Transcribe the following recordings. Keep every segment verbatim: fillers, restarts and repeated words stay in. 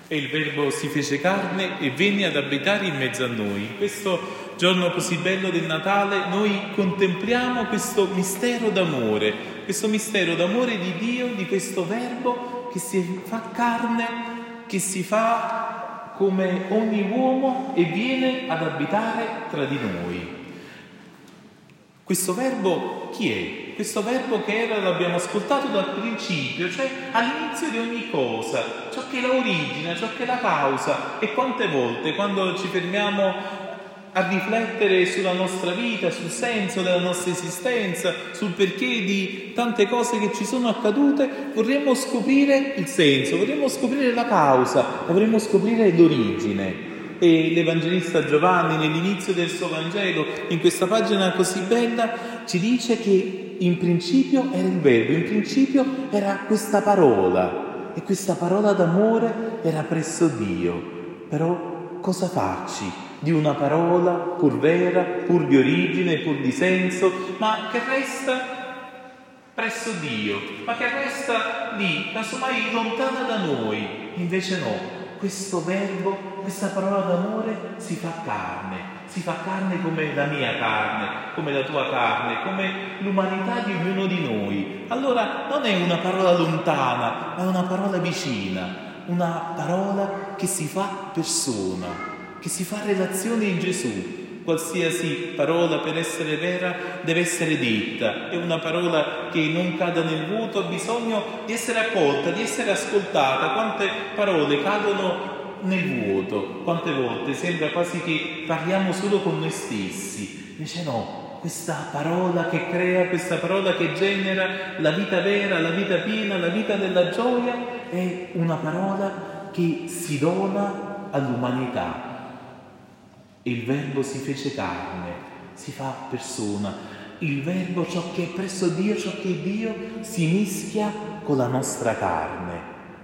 E il Verbo si fece carne e venne ad abitare in mezzo a noi. In questo giorno così bello del Natale noi contempliamo questo mistero d'amore, questo mistero d'amore di Dio, di questo Verbo che si fa carne, che si fa come ogni uomo e viene ad abitare tra di noi. Questo Verbo chi è? Questo Verbo che era, l'abbiamo ascoltato dal principio, cioè all'inizio di ogni cosa, ciò che è l'origine, ciò che è la causa. E quante volte quando ci fermiamo a riflettere sulla nostra vita, sul senso della nostra esistenza, sul perché di tante cose che ci sono accadute, vorremmo scoprire il senso, vorremmo scoprire la causa, vorremmo scoprire l'origine. E l'Evangelista Giovanni nell'inizio del suo Vangelo, in questa pagina così bella, ci dice che in principio era il Verbo, in principio era questa parola e questa parola d'amore era presso Dio. Però cosa farci di una parola pur vera, pur di origine, pur di senso, ma che resta presso Dio, ma che resta lì, casomai lontana da noi? Invece no. Questo Verbo, questa parola d'amore si fa carne, si fa carne come la mia carne, come la tua carne, come l'umanità di ognuno di noi. Allora non è una parola lontana, ma è una parola vicina, una parola che si fa persona, che si fa relazione in Gesù. Qualsiasi parola per essere vera deve essere detta, è una parola che non cada nel vuoto, ha bisogno di essere accolta, di essere ascoltata. Quante parole cadono nel vuoto, quante volte sembra quasi che parliamo solo con noi stessi, invece no, questa parola che crea, questa parola che genera la vita vera, la vita piena, la vita della gioia, è una parola che si dona all'umanità. E il Verbo si fece carne, si fa persona. Il Verbo, ciò che è presso Dio, ciò che è Dio, si mischia con la nostra carne.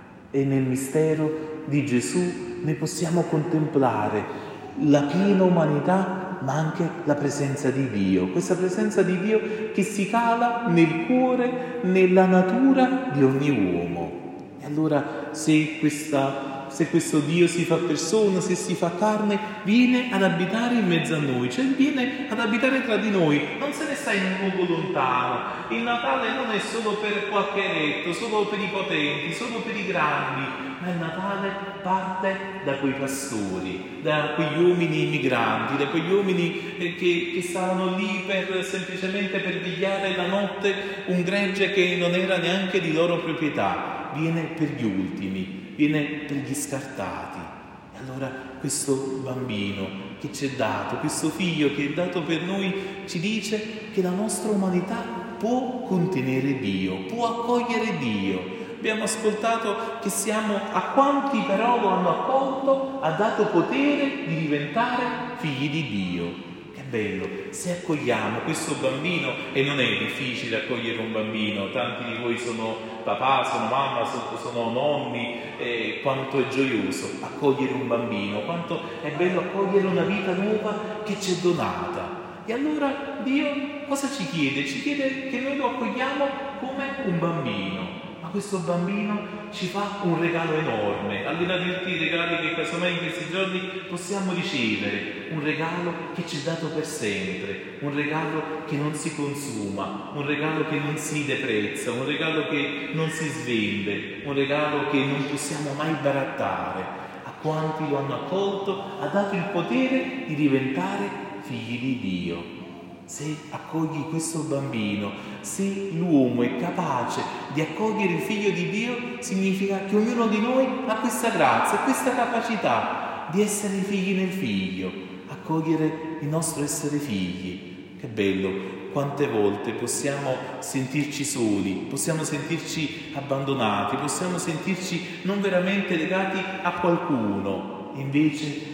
E nel mistero di Gesù ne possiamo contemplare la piena umanità, ma anche la presenza di Dio. Questa presenza di Dio che si cala nel cuore, nella natura di ogni uomo. E allora se questa Se questo Dio si fa persona, se si fa carne, viene ad abitare in mezzo a noi, cioè viene ad abitare tra di noi, non se ne sta in un luogo lontano. Il Natale non è solo per qualche eletto, solo per i potenti, solo per i grandi, ma il Natale parte da quei pastori, da quegli uomini migranti, da quegli uomini che, che stavano lì per, semplicemente per vegliare la notte un gregge che non era neanche di loro proprietà. Viene per gli ultimi, viene per gli scartati. E allora questo bambino che ci è dato, questo figlio che è dato per noi, ci dice che la nostra umanità può contenere Dio, può accogliere Dio. Abbiamo ascoltato che siamo, a quanti però lo hanno accolto, ha dato potere di diventare figli di Dio. Che bello, se accogliamo questo bambino, e non è difficile accogliere un bambino, tanti di voi sono papà, sono mamma, sono, sono nonni, eh, quanto è gioioso accogliere un bambino, quanto è bello accogliere una vita nuova che ci è donata. E allora Dio cosa ci chiede? Ci chiede che noi lo accogliamo come un bambino. Ma questo bambino ci fa un regalo enorme, al di là di tutti i regali che casomai in questi giorni possiamo ricevere, un regalo che ci è dato per sempre, un regalo che non si consuma, un regalo che non si deprezza, un regalo che non si svende, un regalo che non possiamo mai barattare. A quanti lo hanno accolto ha dato il potere di diventare figli di Dio. Se accogli questo bambino, se l'uomo è capace di accogliere il figlio di Dio, significa che ognuno di noi ha questa grazia, questa capacità di essere figli nel figlio, accogliere il nostro essere figli. Che bello, quante volte possiamo sentirci soli, possiamo sentirci abbandonati, possiamo sentirci non veramente legati a qualcuno. Invece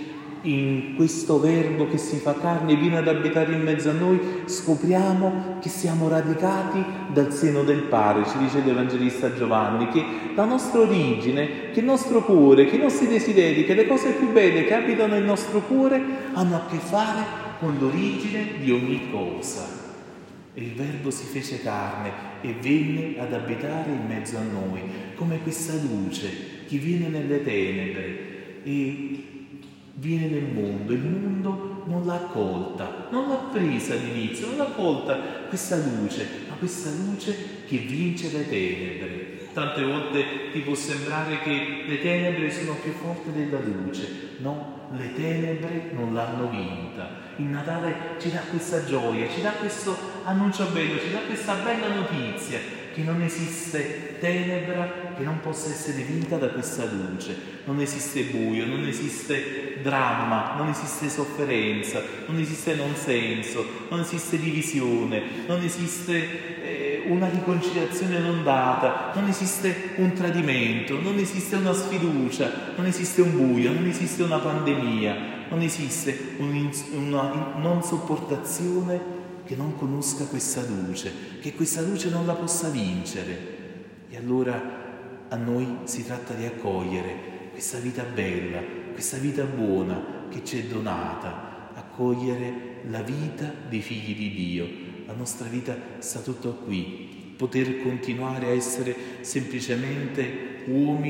in questo Verbo che si fa carne e viene ad abitare in mezzo a noi, scopriamo che siamo radicati dal seno del Padre, ci dice l'Evangelista Giovanni, che la nostra origine, che il nostro cuore, che i nostri desideri, che le cose più belle che abitano nel nostro cuore hanno a che fare con l'origine di ogni cosa. E il Verbo si fece carne e venne ad abitare in mezzo a noi, come questa luce chi viene nelle tenebre e viene nel mondo, il mondo non l'ha accolta, non l'ha presa all'inizio, non l'ha accolta questa luce, ma questa luce che vince le tenebre. Tante volte ti può sembrare che le tenebre sono più forti della luce. No, le tenebre non l'hanno vinta. Il Natale ci dà questa gioia, ci dà questo annuncio bello, ci dà questa bella notizia, che non esiste tenebra che non possa essere vinta da questa luce. Non esiste buio, non esiste dramma, non esiste sofferenza, non esiste non senso, non esiste divisione, non esiste eh, una riconciliazione non data, non esiste un tradimento, non esiste una sfiducia, non esiste un buio, non esiste una pandemia, non esiste un, una non sopportazione che non conosca questa luce, che questa luce non la possa vincere. E allora a noi si tratta di accogliere questa vita bella, questa vita buona che ci è donata, accogliere la vita dei figli di Dio. La nostra vita sta tutto qui, poter continuare a essere semplicemente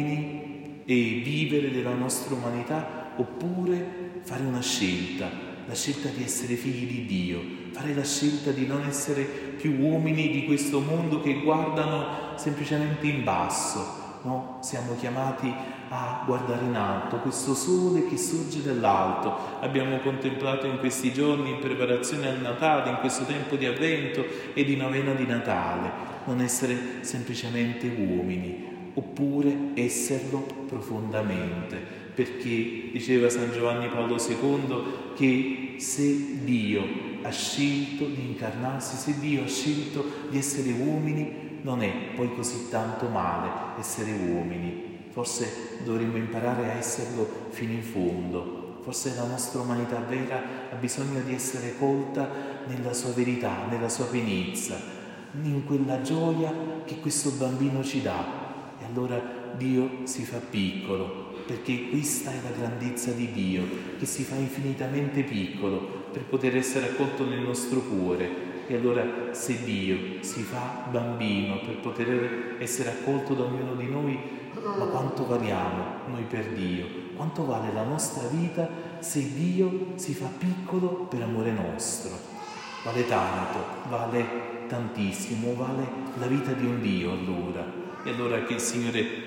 uomini e vivere della nostra umanità, oppure fare una scelta, la scelta di essere figli di Dio, fare la scelta di non essere più uomini di questo mondo che guardano semplicemente in basso. No, siamo chiamati a guardare in alto, questo sole che sorge dall'alto. Abbiamo contemplato in questi giorni, in preparazione al Natale, in questo tempo di Avvento e di novena di Natale, non essere semplicemente uomini, oppure esserlo profondamente, perché diceva San Giovanni Paolo secondo che se Dio ha scelto di incarnarsi, se Dio ha scelto di essere uomini, non è poi così tanto male essere uomini. Forse dovremmo imparare a esserlo fino in fondo. Forse la nostra umanità vera ha bisogno di essere colta nella sua verità, nella sua pienezza, in quella gioia che questo bambino ci dà. E allora Dio si fa piccolo, perché questa è la grandezza di Dio, che si fa infinitamente piccolo per poter essere accolto nel nostro cuore. E allora se Dio si fa bambino per poter essere accolto da ognuno di noi, ma quanto valiamo noi per Dio? Quanto vale la nostra vita se Dio si fa piccolo per amore nostro? Vale tanto, vale tantissimo, vale la vita di un Dio allora. E allora che il Signore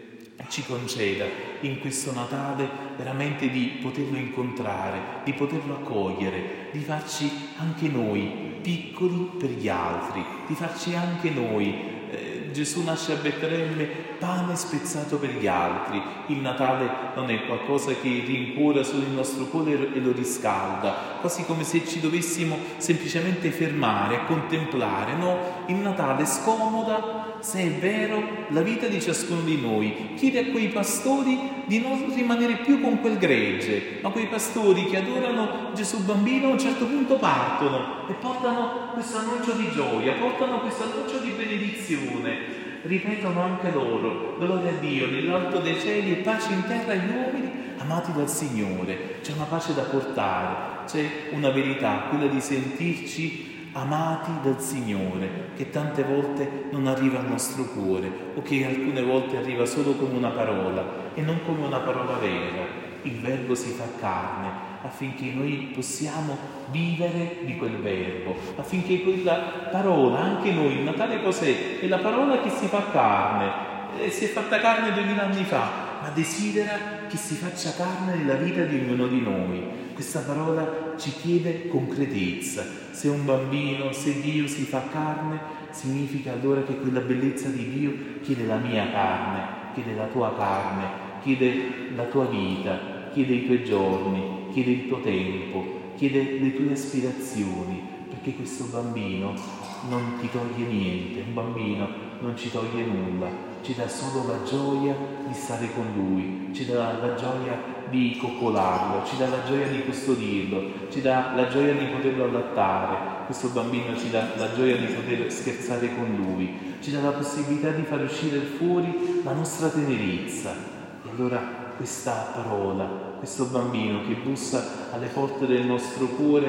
ci conceda in questo Natale veramente di poterlo incontrare, di poterlo accogliere, di farci anche noi piccoli per gli altri, di farci anche noi, eh, Gesù nasce a Betlemme, pane spezzato per gli altri. Il Natale non è qualcosa che rincuora solo il nostro cuore e lo riscalda, quasi come se ci dovessimo semplicemente fermare a contemplare. No, il Natale scomoda, se è vero, la vita di ciascuno di noi. Chiede a quei pastori di non rimanere più con quel gregge, ma quei pastori che adorano Gesù bambino a un certo punto partono e portano questo annuncio di gioia, portano questo annuncio di benedizione. Ripetono anche loro: gloria a Dio nell'alto dei cieli e pace in terra agli uomini amati dal Signore. C'è una pace da portare, c'è una verità, quella di sentirci amati dal Signore, che tante volte non arriva al nostro cuore, o che alcune volte arriva solo come una parola e non come una parola vera. Il Verbo si fa carne affinché noi possiamo vivere di quel Verbo, affinché quella parola, anche noi, il Natale cos'è? È la parola che si fa carne, e si è fatta carne duemila anni fa, ma desidera che si faccia carne nella vita di ognuno di noi. Questa parola ci chiede concretezza. Se un bambino, se Dio si fa carne, significa allora che quella bellezza di Dio chiede la mia carne, chiede la tua carne, chiede la tua vita, chiede i tuoi giorni, chiede il tuo tempo, chiede le tue aspirazioni, perché questo bambino non ti toglie niente, un bambino non ci toglie nulla, ci dà solo la gioia di stare con lui, ci dà la gioia di coccolarlo, ci dà la gioia di custodirlo, ci dà la gioia di poterlo allattare. Questo bambino ci dà la gioia di poter scherzare con lui, ci dà la possibilità di far uscire fuori la nostra tenerezza. E allora questa parola, questo bambino che bussa alle porte del nostro cuore,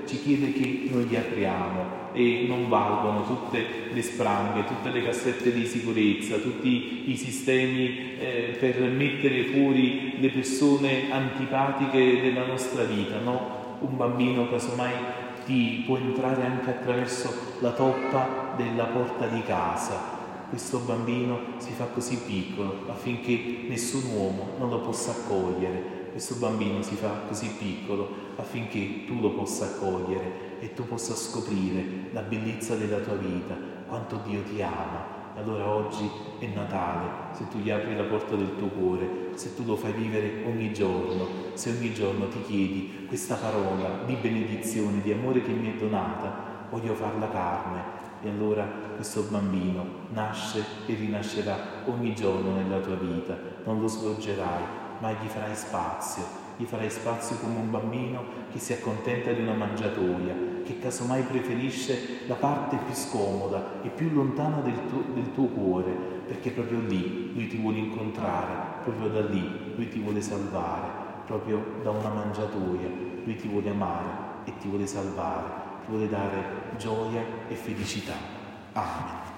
ci chiede che noi gli apriamo, e non valgono tutte le spranghe, tutte le cassette di sicurezza, tutti i sistemi eh, per mettere fuori le persone antipatiche della nostra vita, no? Un bambino casomai ti può entrare anche attraverso la toppa della porta di casa. Questo bambino si fa così piccolo affinché nessun uomo non lo possa accogliere. Questo bambino si fa così piccolo affinché tu lo possa accogliere e tu possa scoprire la bellezza della tua vita, quanto Dio ti ama. Allora oggi è Natale, se tu gli apri la porta del tuo cuore, se tu lo fai vivere ogni giorno, se ogni giorno ti chiedi questa parola di benedizione, di amore che mi è donata, voglio farla carne. E allora questo bambino nasce e rinascerà ogni giorno nella tua vita, non lo svolgerai, ma gli farai spazio, gli farai spazio come un bambino che si accontenta di una mangiatoia, che casomai preferisce la parte più scomoda e più lontana del tuo, del tuo cuore, perché proprio lì lui ti vuole incontrare, proprio da lì lui ti vuole salvare, proprio da una mangiatoia lui ti vuole amare e ti vuole salvare, ti vuole dare gioia e felicità. Amen.